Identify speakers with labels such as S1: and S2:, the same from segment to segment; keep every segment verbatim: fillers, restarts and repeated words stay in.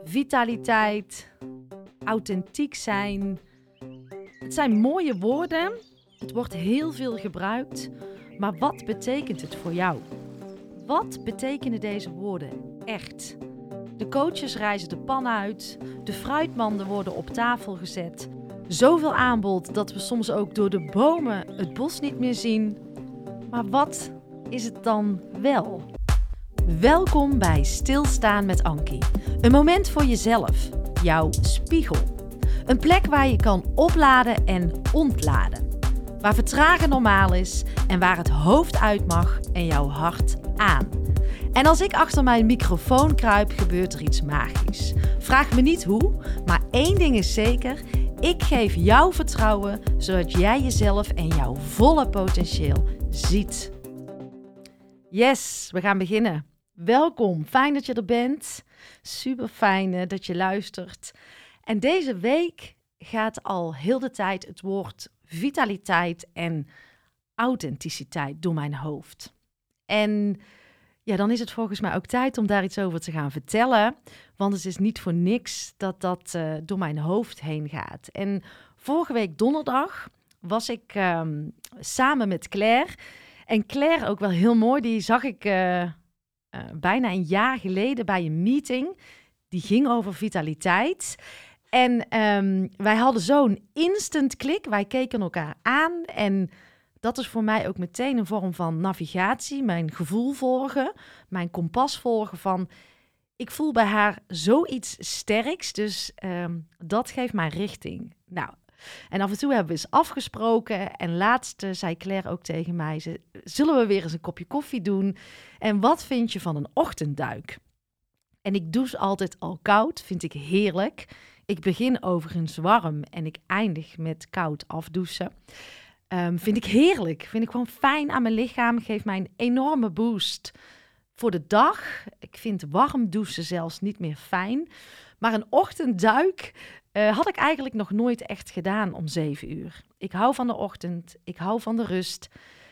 S1: vitaliteit, authentiek zijn. Het zijn mooie woorden, het wordt heel veel gebruikt, maar wat betekent het voor jou? Wat betekenen deze woorden echt? De coaches reizen de pan uit, de fruitmanden worden op tafel gezet. Zoveel aanbod dat we soms ook door de bomen het bos niet meer zien. Maar wat is het dan wel? Welkom bij Stilstaan met Ankie. Een moment voor jezelf, jouw spiegel. Een plek waar je kan opladen en ontladen. Waar vertragen normaal is en waar het hoofd uit mag en jouw hart aan. En als ik achter mijn microfoon kruip, gebeurt er iets magisch. Vraag me niet hoe, maar één ding is zeker. Ik geef jou vertrouwen, zodat jij jezelf en jouw volle potentieel ziet. Yes, we gaan beginnen. Welkom, fijn dat je er bent. Super fijn dat je luistert. En deze week gaat al heel de tijd het woord vitaliteit en authenticiteit door mijn hoofd. En ja, dan is het volgens mij ook tijd om daar iets over te gaan vertellen. Want het is niet voor niks dat dat uh, door mijn hoofd heen gaat. En vorige week donderdag was ik um, samen met Claire. En Claire ook wel heel mooi, die zag ik uh, uh, bijna een jaar geleden bij een meeting. Die ging over vitaliteit. En um, wij hadden zo'n instant klik. Wij keken elkaar aan en dat is voor mij ook meteen een vorm van navigatie. Mijn gevoel volgen, mijn kompas volgen van... Ik voel bij haar zoiets sterks, dus um, dat geeft mij richting. Nou, en af en toe hebben we eens afgesproken. En laatst uh, zei Claire ook tegen mij, ze, zullen we weer eens een kopje koffie doen? En wat vind je van een ochtendduik? En ik douche altijd al koud, vind ik heerlijk. Ik begin overigens warm en ik eindig met koud afdouchen. Um, vind ik heerlijk, vind ik gewoon fijn aan mijn lichaam, geeft mij een enorme boost voor de dag. Ik vind warm douchen zelfs niet meer fijn. Maar een ochtendduik uh, had ik eigenlijk nog nooit echt gedaan om zeven uur. Ik hou van de ochtend, ik hou van de rust.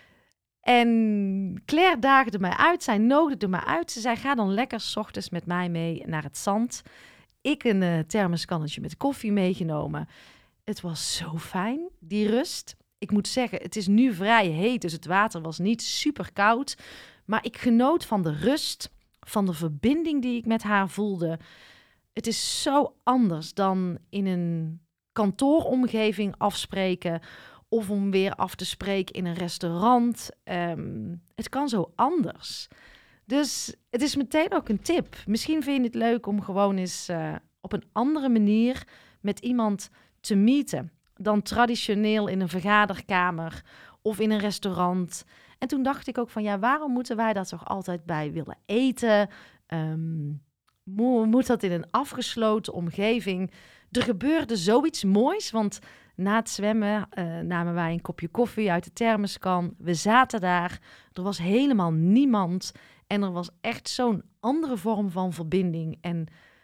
S1: En Claire daagde mij uit, zij nodigde me uit. Ze zei, ga dan lekker 's ochtends met mij mee naar het zand. Ik een uh, thermoskannetje met koffie meegenomen. Het was zo fijn, die rust. Ik moet zeggen, het is nu vrij heet, dus het water was niet super koud. Maar ik genoot van de rust, van de verbinding die ik met haar voelde. Het is zo anders dan in een kantooromgeving afspreken of om weer af te spreken in een restaurant. Um, het kan zo anders. Dus het is meteen ook een tip. Misschien vind je het leuk om gewoon eens uh, op een andere manier met iemand te meeten dan traditioneel in een vergaderkamer of in een restaurant. En toen dacht ik ook van, ja, waarom moeten wij daar toch altijd bij willen eten? Um, mo- moet dat in een afgesloten omgeving? Er gebeurde zoiets moois, want na het zwemmen uh, namen wij een kopje koffie uit de thermoskan. We zaten daar, er was helemaal niemand. En er was echt zo'n andere vorm van verbinding en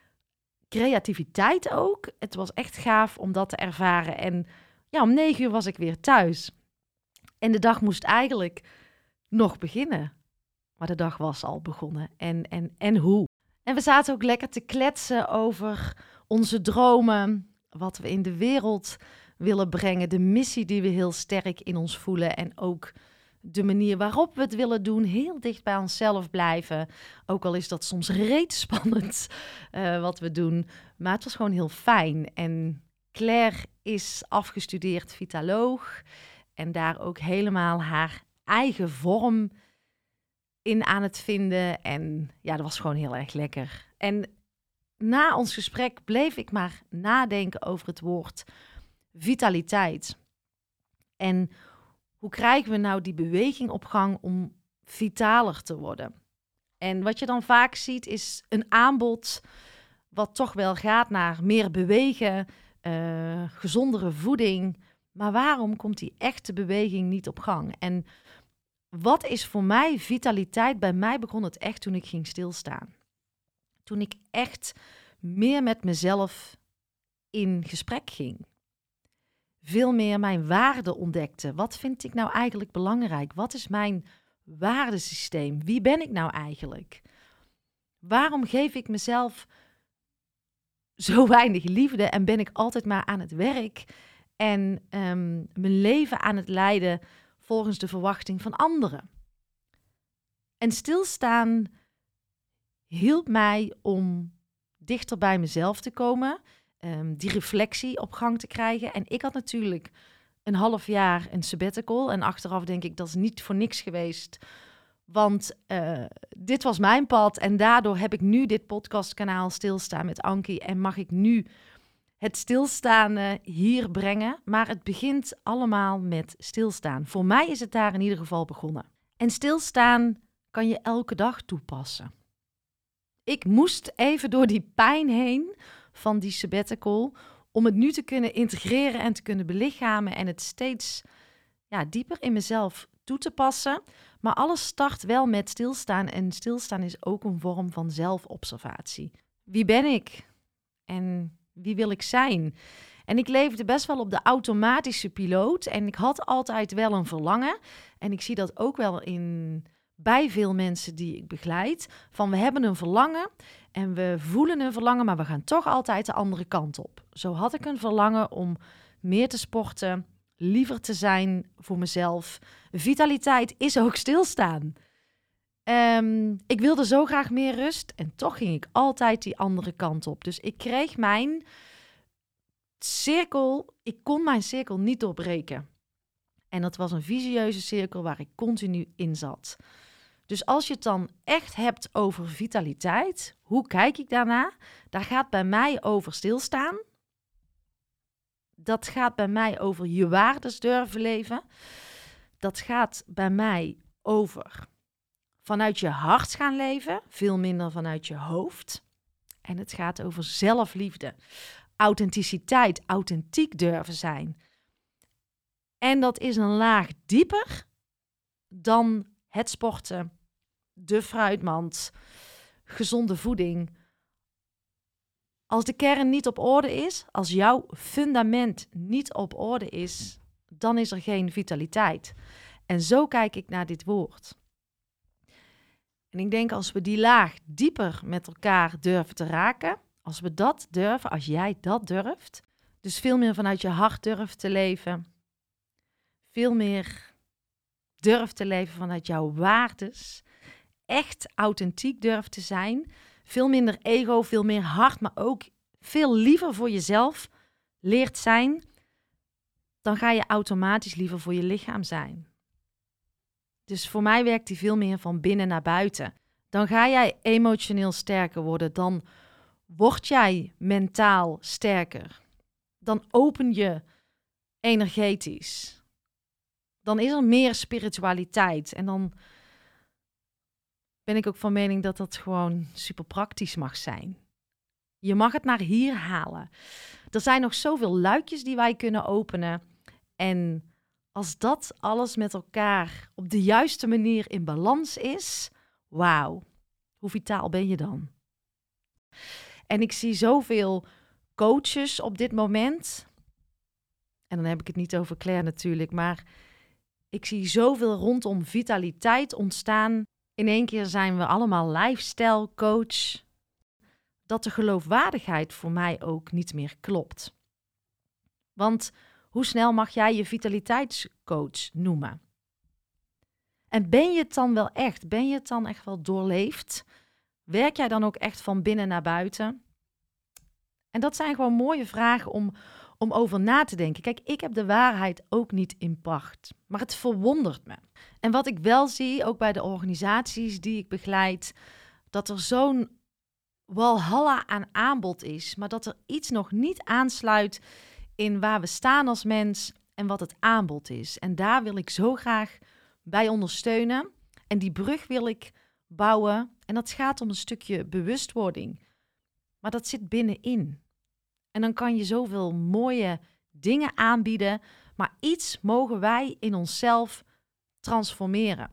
S1: creativiteit ook. Het was echt gaaf om dat te ervaren. En ja, om negen uur was ik weer thuis. En de dag moest eigenlijk nog beginnen. Maar de dag was al begonnen. En, en, en hoe? En we zaten ook lekker te kletsen over onze dromen. Wat we in de wereld willen brengen. De missie die we heel sterk in ons voelen. En ook de manier waarop we het willen doen. Heel dicht bij onszelf blijven. Ook al is dat soms reet spannend uh, wat we doen. Maar het was gewoon heel fijn. En Claire is afgestudeerd vitaloog. En daar ook helemaal haar eigen vorm in aan het vinden. En ja, dat was gewoon heel erg lekker. En na ons gesprek bleef ik maar nadenken over het woord vitaliteit. En hoe krijgen we nou die beweging op gang om vitaler te worden? En wat je dan vaak ziet is een aanbod wat toch wel gaat naar meer bewegen, uh, gezondere voeding. Maar waarom komt die echte beweging niet op gang? En wat is voor mij vitaliteit? Bij mij begon het echt toen ik ging stilstaan. Toen ik echt meer met mezelf in gesprek ging. Veel meer mijn waarden ontdekte. Wat vind ik nou eigenlijk belangrijk? Wat is mijn waardesysteem? Wie ben ik nou eigenlijk? Waarom geef ik mezelf zo weinig liefde en ben ik altijd maar aan het werk en um, mijn leven aan het leiden volgens de verwachting van anderen. En stilstaan hielp mij om dichter bij mezelf te komen, um, die reflectie op gang te krijgen. En ik had natuurlijk een half jaar een sabbatical en achteraf denk ik dat is niet voor niks geweest. Want uh, dit was mijn pad en daardoor heb ik nu dit podcastkanaal Stilstaan met Ankie en mag ik nu het stilstaan uh, hier brengen. Maar het begint allemaal met stilstaan. Voor mij is het daar in ieder geval begonnen. En stilstaan kan je elke dag toepassen. Ik moest even door die pijn heen van die sabbatical om het nu te kunnen integreren en te kunnen belichamen en het steeds ja, dieper in mezelf toe te passen. Maar alles start wel met stilstaan en stilstaan is ook een vorm van zelfobservatie. Wie ben ik? En wie wil ik zijn? En ik leefde best wel op de automatische piloot en ik had altijd wel een verlangen. En ik zie dat ook wel in, bij veel mensen die ik begeleid. Van we hebben een verlangen en we voelen een verlangen, maar we gaan toch altijd de andere kant op. Zo had ik een verlangen om meer te sporten, liever te zijn voor mezelf. Vitaliteit is ook stilstaan. Um, ik wilde zo graag meer rust en toch ging ik altijd die andere kant op. Dus ik kreeg mijn cirkel, ik kon mijn cirkel niet doorbreken. En dat was een vicieuze cirkel waar ik continu in zat. Dus als je het dan echt hebt over vitaliteit, hoe kijk ik daarna? Daar gaat bij mij over stilstaan. Dat gaat bij mij over je waardes durven leven. Dat gaat bij mij over vanuit je hart gaan leven, veel minder vanuit je hoofd. En het gaat over zelfliefde, authenticiteit, authentiek durven zijn. En dat is een laag dieper dan het sporten, de fruitmand, gezonde voeding. Als de kern niet op orde is, als jouw fundament niet op orde is, dan is er geen vitaliteit. En zo kijk ik naar dit woord. En ik denk als we die laag dieper met elkaar durven te raken, als we dat durven, als jij dat durft, dus veel meer vanuit je hart durft te leven, veel meer durft te leven vanuit jouw waardes, echt authentiek durft te zijn, veel minder ego, veel meer hart, maar ook veel liever voor jezelf leert zijn, dan ga je automatisch liever voor je lichaam zijn. Dus voor mij werkt die veel meer van binnen naar buiten. Dan ga jij emotioneel sterker worden, dan word jij mentaal sterker. Dan open je energetisch. Dan is er meer spiritualiteit en dan ben ik ook van mening dat dat gewoon super praktisch mag zijn. Je mag het naar hier halen. Er zijn nog zoveel luikjes die wij kunnen openen. En als dat alles met elkaar op de juiste manier in balans is, wauw, hoe vitaal ben je dan? En ik zie zoveel coaches op dit moment. En dan heb ik het niet over Claire natuurlijk, maar ik zie zoveel rondom vitaliteit ontstaan. In één keer zijn we allemaal lifestyle coach. Dat de geloofwaardigheid voor mij ook niet meer klopt. Want hoe snel mag jij je vitaliteitscoach noemen? En ben je het dan wel echt? Ben je het dan echt wel doorleefd? Werk jij dan ook echt van binnen naar buiten? En dat zijn gewoon mooie vragen om, om over na te denken. Kijk, ik heb de waarheid ook niet in pacht. Maar het verwondert me. En wat ik wel zie, ook bij de organisaties die ik begeleid, dat er zo'n walhalla aan aanbod is, maar dat er iets nog niet aansluit in waar we staan als mens en wat het aanbod is. En daar wil ik zo graag bij ondersteunen. En die brug wil ik bouwen. En dat gaat om een stukje bewustwording. Maar dat zit binnenin. En dan kan je zoveel mooie dingen aanbieden, maar iets mogen wij in onszelf transformeren.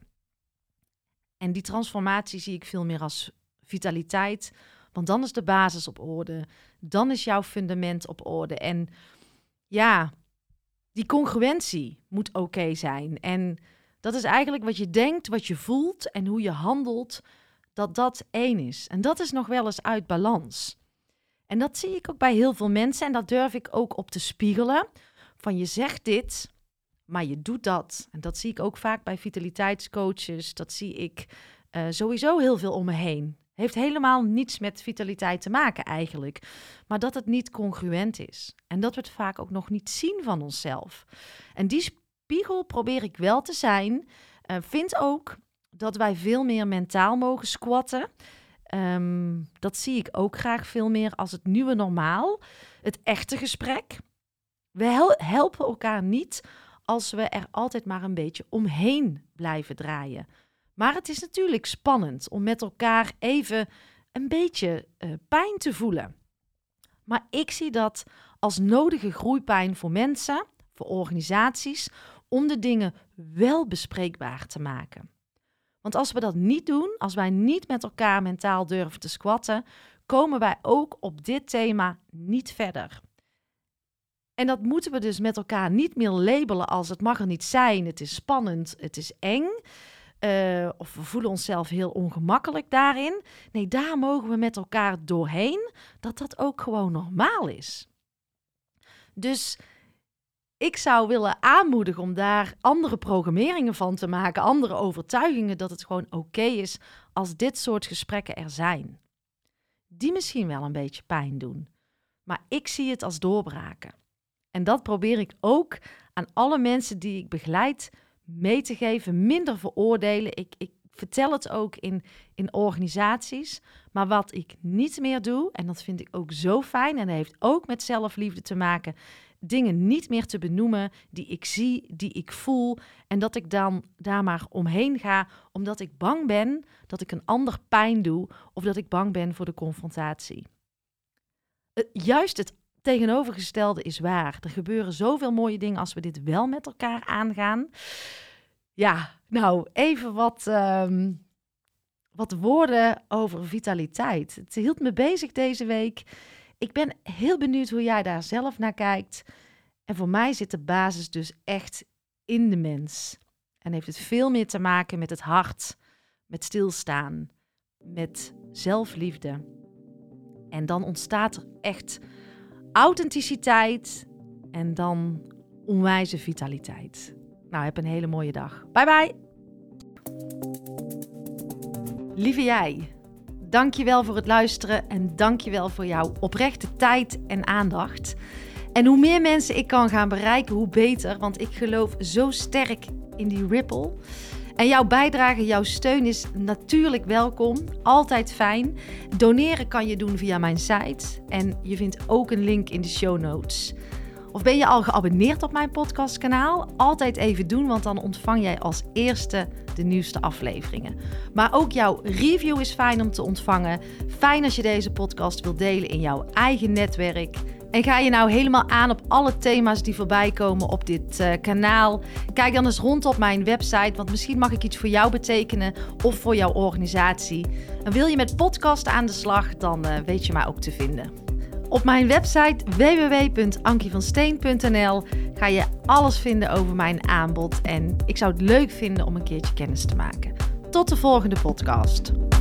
S1: En die transformatie zie ik veel meer als vitaliteit, want dan is de basis op orde. Dan is jouw fundament op orde. En ja, die congruentie moet oké zijn. En dat is eigenlijk wat je denkt, wat je voelt en hoe je handelt, dat dat één is. En dat is nog wel eens uit balans. En dat zie ik ook bij heel veel mensen en dat durf ik ook op te spiegelen. Van je zegt dit, maar je doet dat. En dat zie ik ook vaak bij vitaliteitscoaches. Dat zie ik uh, sowieso heel veel om me heen. Heeft helemaal niets met vitaliteit te maken eigenlijk. Maar dat het niet congruent is. En dat we het vaak ook nog niet zien van onszelf. En die spiegel probeer ik wel te zijn. Uh, vind ook dat wij veel meer mentaal mogen squatten. Um, dat zie ik ook graag veel meer als het nieuwe normaal. Het echte gesprek. We hel- helpen elkaar niet als we er altijd maar een beetje omheen blijven draaien. Maar het is natuurlijk spannend om met elkaar even een beetje uh, pijn te voelen. Maar ik zie dat als nodige groeipijn voor mensen, voor organisaties, om de dingen wel bespreekbaar te maken. Want als we dat niet doen, als wij niet met elkaar mentaal durven te squatten, komen wij ook op dit thema niet verder. En dat moeten we dus met elkaar niet meer labelen als het mag er niet zijn, het is spannend, het is eng. Uh, of we voelen onszelf heel ongemakkelijk daarin. Nee, daar mogen we met elkaar doorheen, dat dat ook gewoon normaal is. Dus ik zou willen aanmoedigen om daar andere programmeringen van te maken, andere overtuigingen, dat het gewoon oké is als dit soort gesprekken er zijn. Die misschien wel een beetje pijn doen, maar ik zie het als doorbraken. En dat probeer ik ook aan alle mensen die ik begeleid mee te geven, minder veroordelen. Ik, ik vertel het ook in, in organisaties. Maar wat ik niet meer doe, en dat vind ik ook zo fijn, en dat heeft ook met zelfliefde te maken, dingen niet meer te benoemen die ik zie, die ik voel, en dat ik dan daar maar omheen ga, omdat ik bang ben dat ik een ander pijn doe, of dat ik bang ben voor de confrontatie. Uh, juist het tegenovergestelde is waar. Er gebeuren zoveel mooie dingen als we dit wel met elkaar aangaan. Ja, nou, even wat, um, wat woorden over vitaliteit. Het hield me bezig deze week. Ik ben heel benieuwd hoe jij daar zelf naar kijkt. En voor mij zit de basis dus echt in de mens. En heeft het veel meer te maken met het hart, met stilstaan, met zelfliefde. En dan ontstaat er echt authenticiteit en dan onwijze vitaliteit. Nou, heb een hele mooie dag. Bye bye! Lieve jij, dankjewel voor het luisteren en dankjewel voor jouw oprechte tijd en aandacht. En hoe meer mensen ik kan gaan bereiken, hoe beter, want ik geloof zo sterk in die ripple. En jouw bijdrage, jouw steun is natuurlijk welkom, altijd fijn. Doneren kan je doen via mijn site en je vindt ook een link in de show notes. Of ben je al geabonneerd op mijn podcastkanaal? Altijd even doen, want dan ontvang jij als eerste de nieuwste afleveringen. Maar ook jouw review is fijn om te ontvangen. Fijn als je deze podcast wilt delen in jouw eigen netwerk. En ga je nou helemaal aan op alle thema's die voorbij komen op dit uh, kanaal? Kijk dan eens rond op mijn website, want misschien mag ik iets voor jou betekenen of voor jouw organisatie. En wil je met podcast aan de slag, dan uh, weet je mij ook te vinden. Op mijn website w w w punt ankie van steen punt n l ga je alles vinden over mijn aanbod. En ik zou het leuk vinden om een keertje kennis te maken. Tot de volgende podcast.